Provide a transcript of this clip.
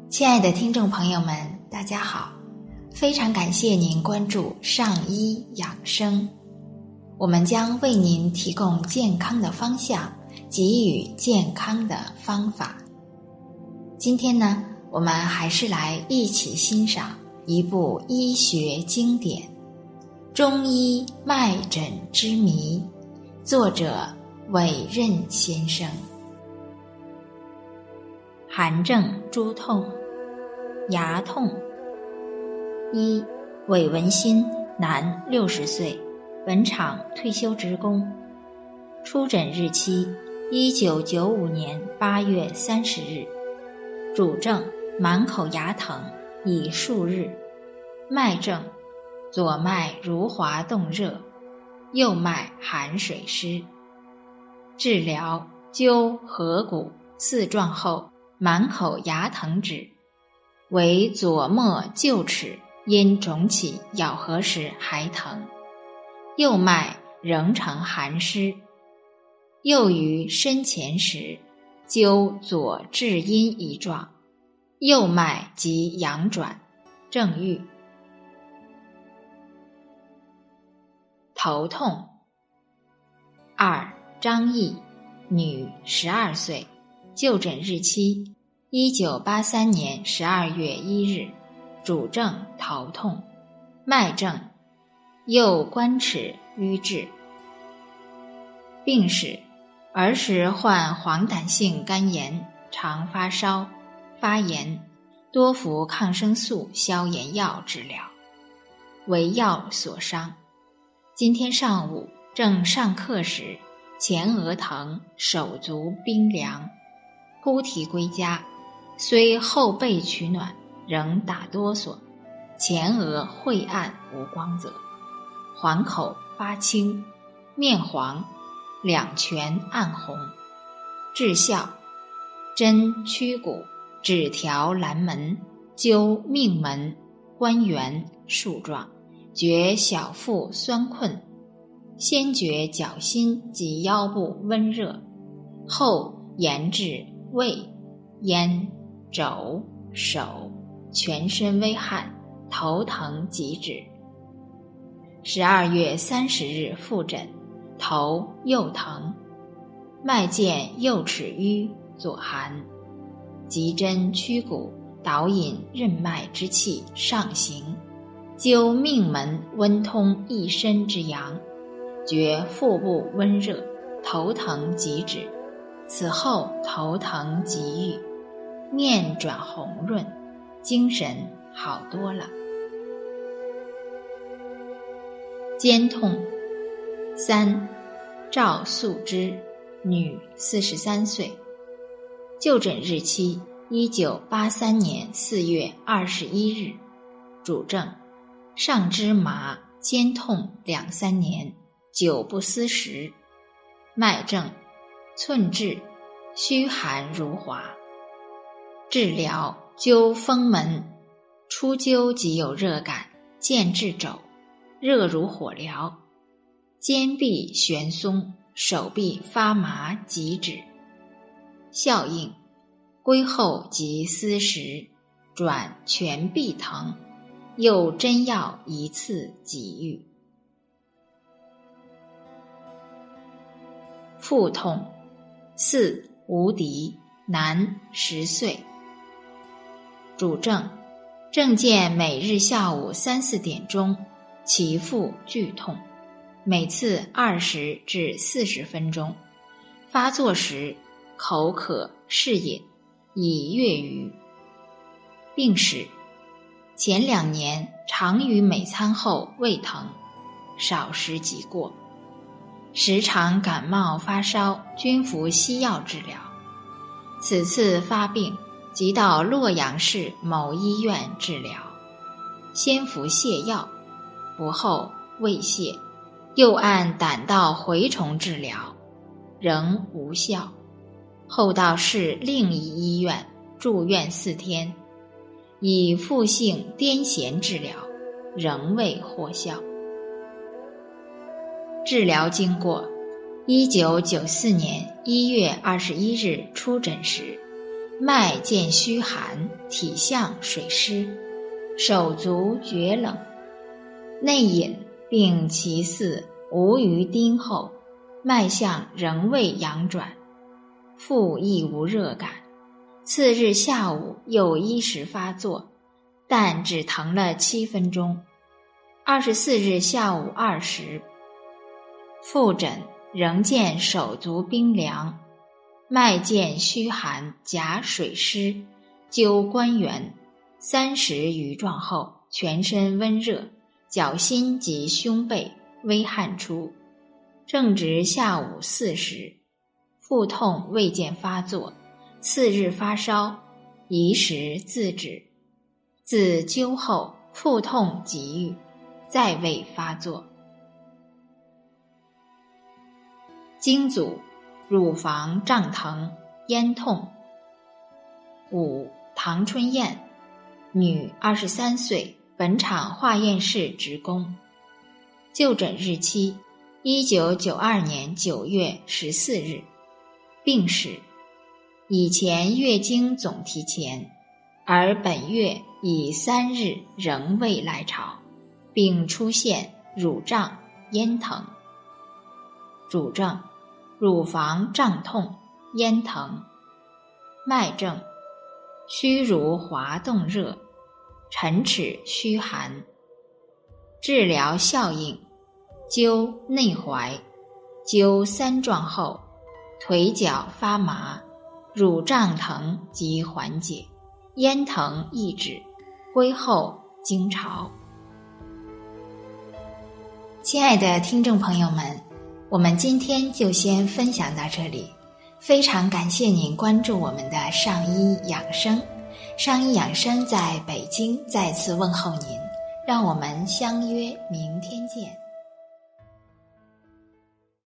亲爱的听众朋友们，大家好，非常感谢您关注上医养生，我们将为您提供健康的方向，给予健康的方法。今天呢，我们还是来一起欣赏一部医学经典《中医脉诊之谜》，作者韦任先生。寒症诸痛，牙痛。一，韦文新，男，60岁，本厂退休职工。出诊日期1995年8月30日。主症满口牙疼，已数日。脉症左脉如滑动热，右脉寒水湿。治疗灸合谷4壮后满口牙疼止，为左末臼齿因肿起咬合时还疼，右脉仍呈寒湿。又于身前时灸左至阴一状，右脉即阳转，正愈。头痛。二，张毅，女，12岁，就诊日期1983年12月1日，主症头痛，脉症右关齿瘀滞。病史：儿时患黄疸性肝炎，常发烧、发炎，多服抗生素消炎药治疗，为药所伤。今天上午正上课时，前额疼，手足冰凉，忽提归家，虽后背取暖，仍打哆嗦，前额晦暗无光泽，环口发青，面黄，两拳暗红。治效：针曲骨，指条兰门，灸命门、关元、树状，觉小腹酸困，先觉脚心及腰部温热，后延至胃、咽、肘、手，全身微汗，头疼即止。12月30日复诊，头右疼，脉见右齿瘀，左寒，急针曲骨，导引任脉之气上行，灸命门温通一身之阳，觉腹部温热，头疼即止。此后头疼即愈，面转红润，精神好多了。肩痛。三，赵素芝，女，43岁，就诊日期1983年4月21日，主症上肢麻，肩痛2-3年，久不思食。脉症寸滞，虚寒如滑。治疗灸风门，初灸即有热感，渐至肘，热如火燎，肩臂悬松，手臂发麻即止。效应：归后即思食，转全臂疼，又针药一次即愈。腹痛。4，吴迪，男，10岁，主症症见每日下午3-4点钟，其腹剧痛，每次20至40分钟，发作时口渴嗜饮，已月余。病史：前2年常于每餐后胃疼，少食即过，时常感冒发烧，均服西药治疗。此次发病即到洛阳市某医院治疗，先服泻药，服后胃泻，又按胆道蛔虫治疗，仍无效，后到市另一医院住院4天，以腹性癫痫治疗，仍未获效。治疗经过：1994年1月21日出诊时， 脉见虚寒，体相水湿，手足厥冷，内隐并其四无于丁后，脉象仍未阳转，腹亦无热感。次日下午又依时发作，但只疼了7分钟。24日下午2时复诊，仍见手足冰凉，脉见虚寒夹水湿，灸关元30余壮后，全身温热，脚心及胸背微汗出。正值下午4时，腹痛未见发作，次日发烧，宜时自止。自灸后腹痛即愈，再未发作。经组：乳房胀疼、咽痛。5. 唐春燕，女，23岁，本厂化验室职工。就诊日期：1992年9月14日。病史：以前月经总提前，而本月已3日仍未来潮，并出现乳胀、咽疼。主症：乳房胀痛、咽疼。脉症：虚如滑动热，沉齿虚寒。治疗效应：灸内踝，灸3壮后，腿脚发麻，乳胀疼即缓解，咽疼抑制，归后经潮。亲爱的听众朋友们，我们今天就先分享到这里，非常感谢您关注我们的上医养生。上医养生在北京再次问候您，让我们相约明天见。